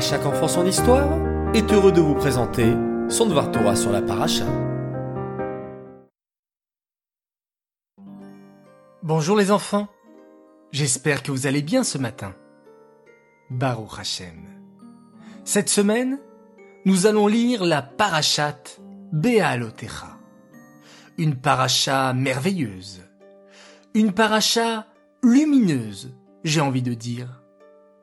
chaque enfant son histoire est heureux de vous présenter son Dvar Torah sur la paracha. Bonjour les enfants, j'espère que vous allez bien ce matin. Baruch Hashem. Cette semaine, nous allons lire la parashat Be'alotecha. Une paracha merveilleuse, une paracha lumineuse, j'ai envie de dire. Pourquoi ?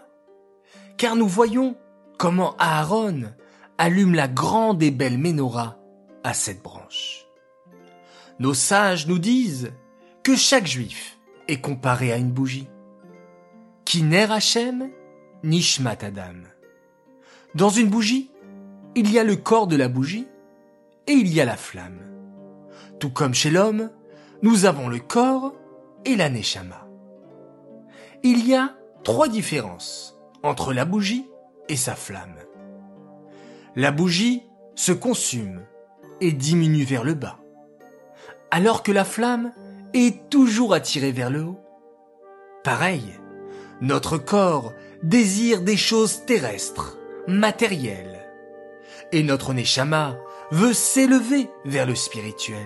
Car nous voyons comment Aaron allume la grande et belle menorah à 7 branches. Nos sages nous disent que chaque juif est comparé à une bougie. Ki ner Hashem, nishmat Adam. Dans une bougie, il y a le corps de la bougie et il y a la flamme. Tout comme chez l'homme, nous avons le corps et la neshama. Il y a 3 différences entre la bougie et sa flamme. La bougie se consume et diminue vers le bas, alors que la flamme est toujours attirée vers le haut. Pareil, notre corps désire des choses terrestres, matérielles, et notre neshama veut s'élever vers le spirituel.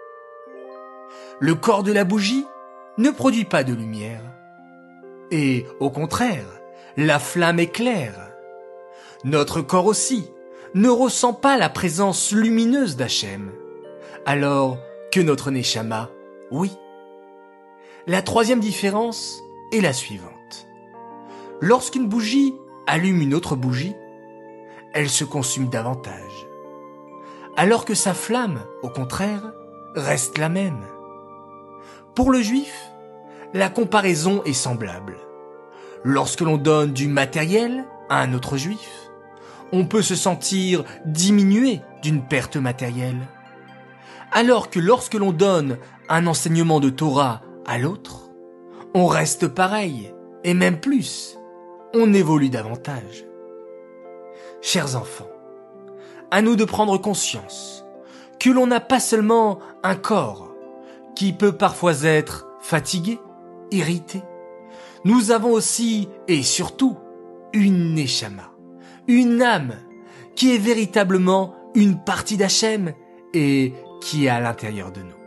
Le corps de la bougie ne produit pas de lumière, et au contraire, la flamme éclaire. Notre corps aussi ne ressent pas la présence lumineuse d'Hachem, alors que notre neshama, oui. La 3e différence est la suivante. Lorsqu'une bougie allume une autre bougie, elle se consume davantage, alors que sa flamme, au contraire, reste la même. Pour le juif, la comparaison est semblable. Lorsque l'on donne du matériel à un autre juif, on peut se sentir diminué d'une perte matérielle. Alors que lorsque l'on donne un enseignement de Torah à l'autre, on reste pareil, et même plus, on évolue davantage. Chers enfants, à nous de prendre conscience que l'on n'a pas seulement un corps qui peut parfois être fatigué, irrité. Nous avons aussi, et surtout, une neshama, une âme, qui est véritablement une partie d'Hachem et qui est à l'intérieur de nous.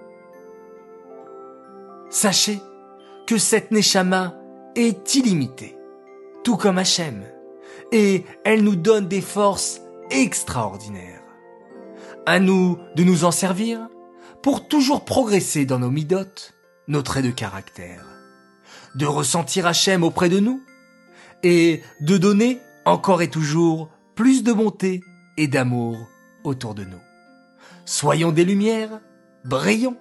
Sachez que cette neshama est illimitée, tout comme Hachem, et elle nous donne des forces extraordinaires. À nous de nous en servir pour toujours progresser dans nos midot, nos traits de caractère, de ressentir Hachem auprès de nous et de donner encore et toujours plus de bonté et d'amour autour de nous. Soyons des lumières, brillons.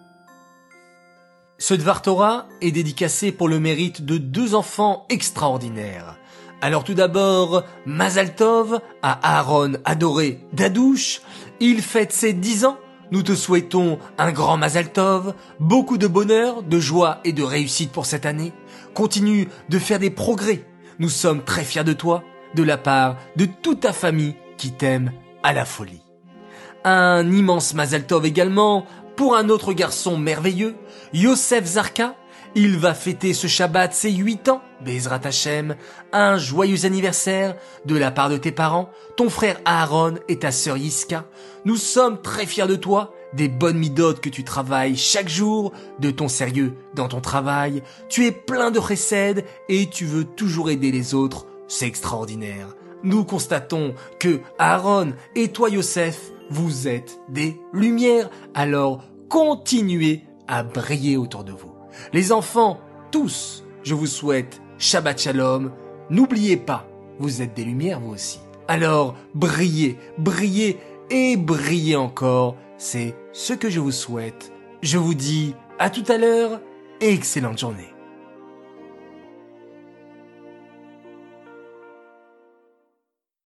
Ce Dvar Torah est dédicacé pour le mérite de 2 enfants extraordinaires. Alors tout d'abord, Mazal Tov à Aaron adoré Dadouche. Il fête ses 10 ans. Nous te souhaitons un grand Mazal Tov, beaucoup de bonheur, de joie et de réussite pour cette année. Continue de faire des progrès. Nous sommes très fiers de toi, de la part de toute ta famille qui t'aime à la folie. Un immense Mazal Tov également pour un autre garçon merveilleux, Yosef Zarka. Il va fêter ce Shabbat ses 8 ans, Be'ezrat Hashem. Un joyeux anniversaire de la part de tes parents, ton frère Aaron et ta sœur Yiska. Nous sommes très fiers de toi, des bonnes midotes que tu travailles chaque jour, de ton sérieux dans ton travail. Tu es plein de chesed et tu veux toujours aider les autres. C'est extraordinaire. Nous constatons que Aaron et toi Yosef, vous êtes des lumières. Alors continuez à briller autour de vous. Les enfants, tous, je vous souhaite Shabbat Shalom. N'oubliez pas, vous êtes des lumières vous aussi. Alors, brillez, brillez et brillez encore. C'est ce que je vous souhaite. Je vous dis à tout à l'heure et excellente journée.